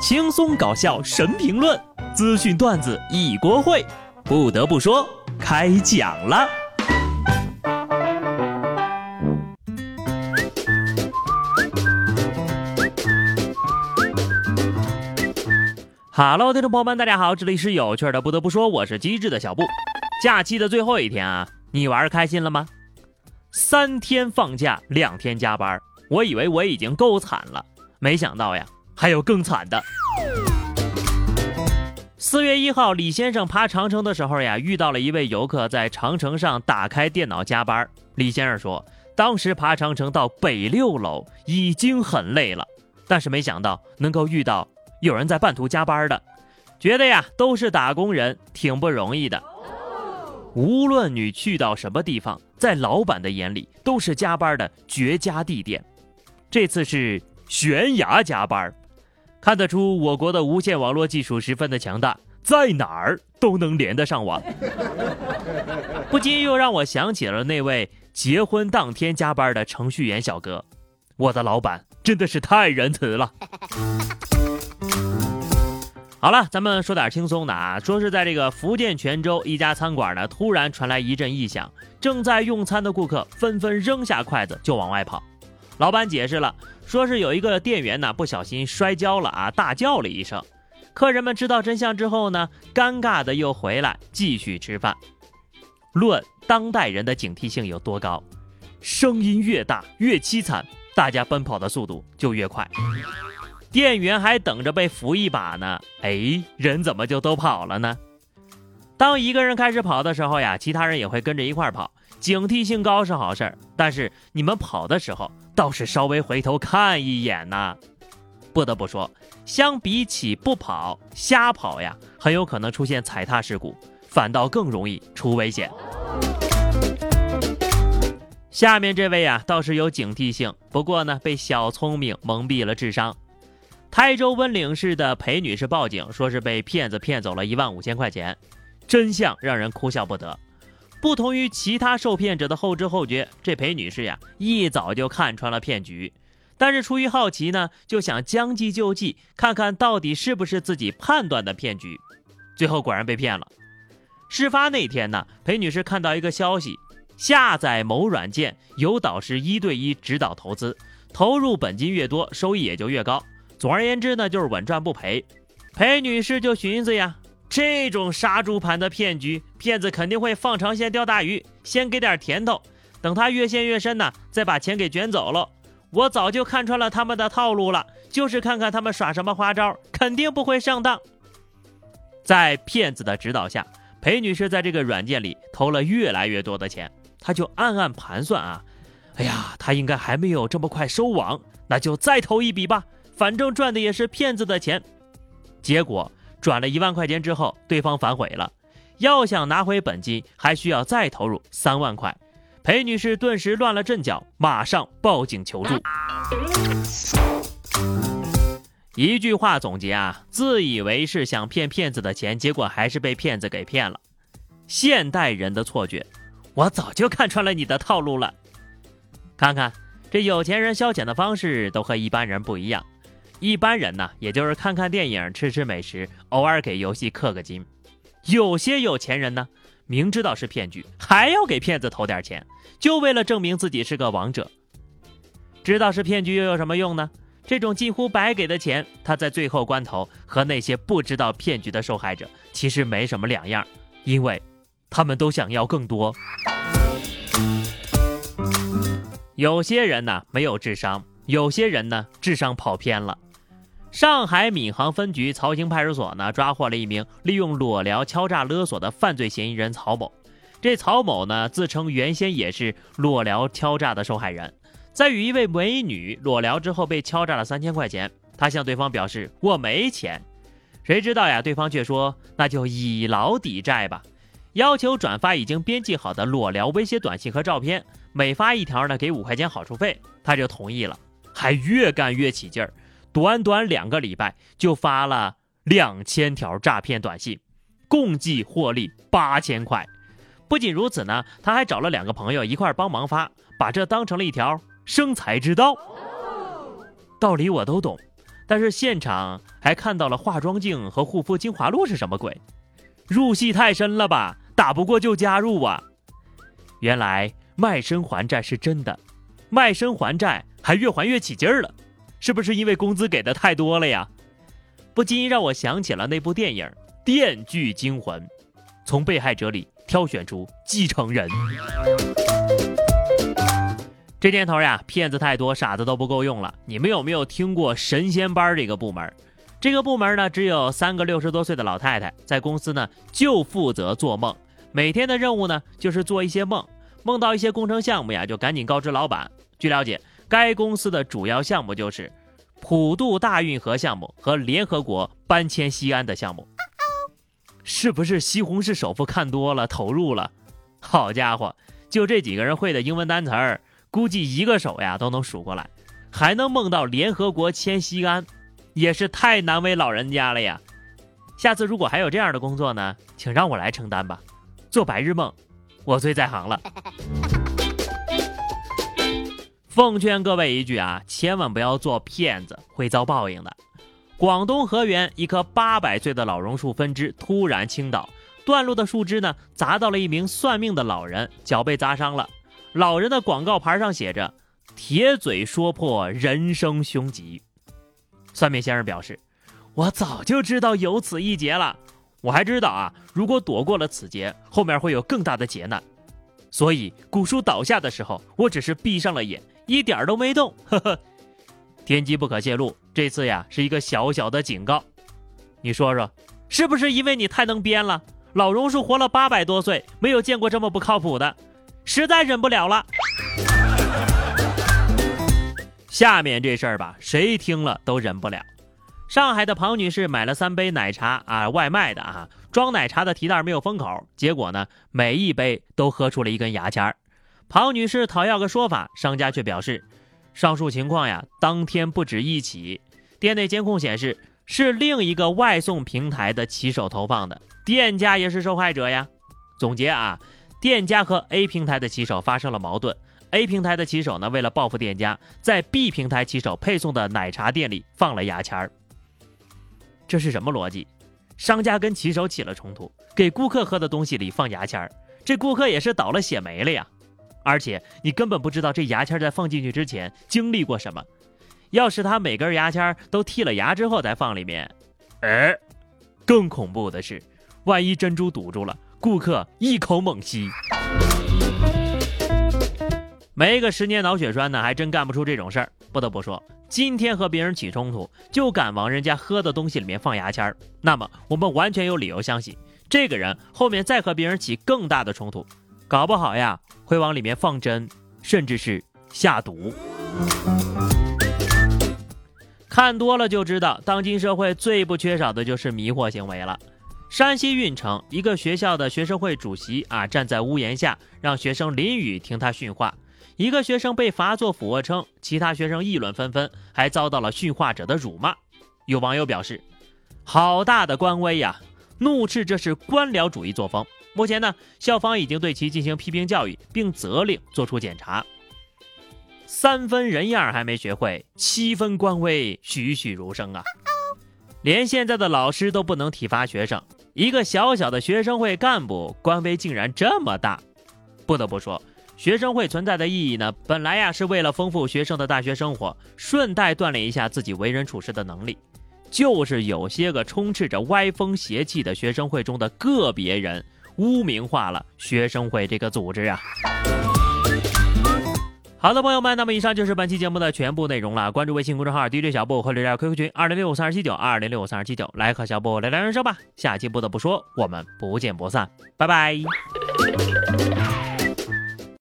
轻松搞笑神评论，资讯段子一锅烩。不得不说，开讲了。Hello， 听众朋友们，大家好，这里是有趣的。不得不说，我是机智的小布。假期的最后一天啊，你玩开心了吗？3天放假，2天加班，我以为我已经够惨了，没想到呀，还有更惨的。4月1号，李先生爬长城的时候呀，遇到了一位游客在长城上打开电脑加班。李先生说，当时爬长城到北6楼已经很累了，但是没想到能够遇到有人在半途加班的，觉得呀都是打工人，挺不容易的。无论你去到什么地方，在老板的眼里都是加班的绝佳地点。这次是悬崖加班，看得出我国的无线网络技术十分的强大，在哪儿都能连得上网。不禁又让我想起了那位结婚当天加班的程序员小哥，我的老板真的是太仁慈了。好了，咱们说点轻松的啊。说是在这个福建泉州一家餐馆呢，突然传来一阵异响，正在用餐的顾客纷纷扔下筷子就往外跑。老板解释了，说是有一个店员呢不小心摔跤了啊，大叫了一声。客人们知道真相之后呢，尴尬的又回来继续吃饭。论当代人的警惕性有多高，声音越大越凄惨，大家奔跑的速度就越快。店员还等着被扶一把呢，人怎么就都跑了呢？当一个人开始跑的时候呀，其他人也会跟着一块跑，警惕性高是好事，但是你们跑的时候倒是稍微回头看一眼呐。不得不说，相比起不跑，瞎跑呀，很有可能出现踩踏事故，反倒更容易出危险。下面这位呀，倒是有警惕性，不过呢，被小聪明蒙蔽了智商。台州温岭市的裴女士报警，说是被骗子骗走了15000块钱，真相让人哭笑不得。不同于其他受骗者的后知后觉，这裴女士呀一早就看穿了骗局，但是出于好奇呢，就想将计就计，看看到底是不是自己判断的骗局，最后果然被骗了。事发那天呢，裴女士看到一个消息，下载某软件有导师1对1指导投资，投入本金越多，收益也就越高。总而言之呢，就是稳赚不赔。裴女士就寻思呀，这种杀猪盘的骗局，骗子肯定会放长线钓大鱼，先给点甜头，等他越陷越深呢，再把钱给卷走了。我早就看穿了他们的套路了，就是看看他们耍什么花招，肯定不会上当。在骗子的指导下，裴女士在这个软件里投了越来越多的钱，她就暗暗盘算啊，她应该还没有这么快收网，那就再投一笔吧，反正赚的也是骗子的钱。结果转了1万块钱之后，对方反悔了，要想拿回本金还需要再投入3万块。裴女士顿时乱了阵脚，马上报警求助。一句话总结啊，自以为是想骗骗子的钱，结果还是被骗子给骗了。现代人的错觉，我早就看穿了你的套路了。看看这有钱人消遣的方式都和一般人不一样。一般人呢，也就是看看电影，吃吃美食，偶尔给游戏氪个金。有些有钱人呢，明知道是骗局，还要给骗子投点钱，就为了证明自己是个王者。知道是骗局又有什么用呢？这种近乎白给的钱，他在最后关头和那些不知道骗局的受害者其实没什么两样，因为他们都想要更多。有些人呢没有智商，有些人呢智商跑偏了。上海闵行分局曹兴派出所呢抓获了一名利用裸聊敲诈勒索的犯罪嫌疑人曹某。这曹某呢自称原先也是裸聊敲诈的受害人，在与一位美女裸聊之后被敲诈了3000块钱，他向对方表示我没钱。谁知道呀，对方却说那就以劳抵债吧，要求转发已经编辑好的裸聊威胁短信和照片，每发1条呢给5块钱好处费，他就同意了，还越干越起劲儿，短短2个礼拜就发了2000条诈骗短信，共计获利8000块。不仅如此呢，他还找了2个朋友一块帮忙发，把这当成了一条生财之道。道理我都懂， 但是现场还看到了化妆镜和护肤精华露是什么鬼？入戏太深了吧，打不过就加入啊！原来卖身还债是真的，卖身还债还越还越起劲儿了，是不是因为工资给的太多了呀？不禁让我想起了那部电影《电锯惊魂》，从被害者里挑选出继承人。这年头呀，骗子太多，傻子都不够用了。你们有没有听过神仙班这个部门？这个部门呢，只有3个60多岁的老太太，在公司呢就负责做梦，每天的任务呢就是做一些梦，梦到一些工程项目呀，就赶紧告知老板。据了解，该公司的主要项目就是普渡大运河项目和联合国搬迁西安的项目。是不是西红柿首富看多了投入了？好家伙，就这几个人会的英文单词儿，估计一个手呀都能数过来，还能梦到联合国迁西安，也是太难为老人家了呀。下次如果还有这样的工作呢，请让我来承担吧，做白日梦我最在行了。奉劝各位一句啊，千万不要做骗子，会遭报应的。广东河源一棵800岁的老榕树分枝突然倾倒，断落的树枝呢砸到了一名算命的老人，脚被砸伤了。老人的广告牌上写着铁嘴说破人生凶吉。算命先生表示，我早就知道有此一劫了，我还知道啊，如果躲过了此劫，后面会有更大的劫难，所以古树倒下的时候，我只是闭上了眼，一点都没动，呵呵。天机不可泄露，这次呀是一个小小的警告。你说说，是不是因为你太能编了？老榕树活了800多岁，没有见过这么不靠谱的，实在忍不了了。下面这事儿吧，谁听了都忍不了。上海的庞女士买了3杯奶茶啊，外卖的啊，装奶茶的提袋没有封口，结果呢，每一杯都喝出了一根牙签。庞女士讨要个说法，商家却表示，上述情况呀，当天不止一起，店内监控显示是另一个外送平台的骑手投放的，店家也是受害者呀。总结啊，店家和 A 平台的骑手发生了矛盾， A 平台的骑手呢，为了报复店家，在 B 平台骑手配送的奶茶店里放了牙签。这是什么逻辑？商家跟骑手起了冲突，给顾客喝的东西里放牙签，这顾客也是倒了血霉了呀。而且你根本不知道这牙签在放进去之前经历过什么，要是他每根牙签都剔了牙之后再放里面，更恐怖的是，万一珍珠堵住了，顾客一口猛吸。没个10年脑血栓呢，还真干不出这种事儿。不得不说，今天和别人起冲突，就敢往人家喝的东西里面放牙签，那么我们完全有理由相信，这个人后面再和别人起更大的冲突，搞不好呀，会往里面放针，甚至是下毒。看多了就知道，当今社会最不缺少的就是迷惑行为了。山西运城一个学校的学生会主席啊，站在屋檐下让学生淋雨听他训话，一个学生被罚做俯卧撑，其他学生议论纷纷，还遭到了训话者的辱骂。有网友表示，好大的官威呀，怒斥这是官僚主义作风。目前呢，校方已经对其进行批评教育，并责令做出检查。3分人样还没学会，7分官威栩栩如生啊！连现在的老师都不能体罚学生，一个小小的学生会干部官威竟然这么大。不得不说，学生会存在的意义呢，本来呀是为了丰富学生的大学生活，顺带锻炼一下自己为人处事的能力。就是有些个充斥着歪风邪气的学生会中的个别人，污名化了学生会这个组织啊。好的，朋友们，那么以上就是本期节目的全部内容了。关注微信公众号 DJ 小布和聊聊 QQ 群2065327920653279，来和小布聊聊人生吧。下期不得不说，我们不见不散，拜拜。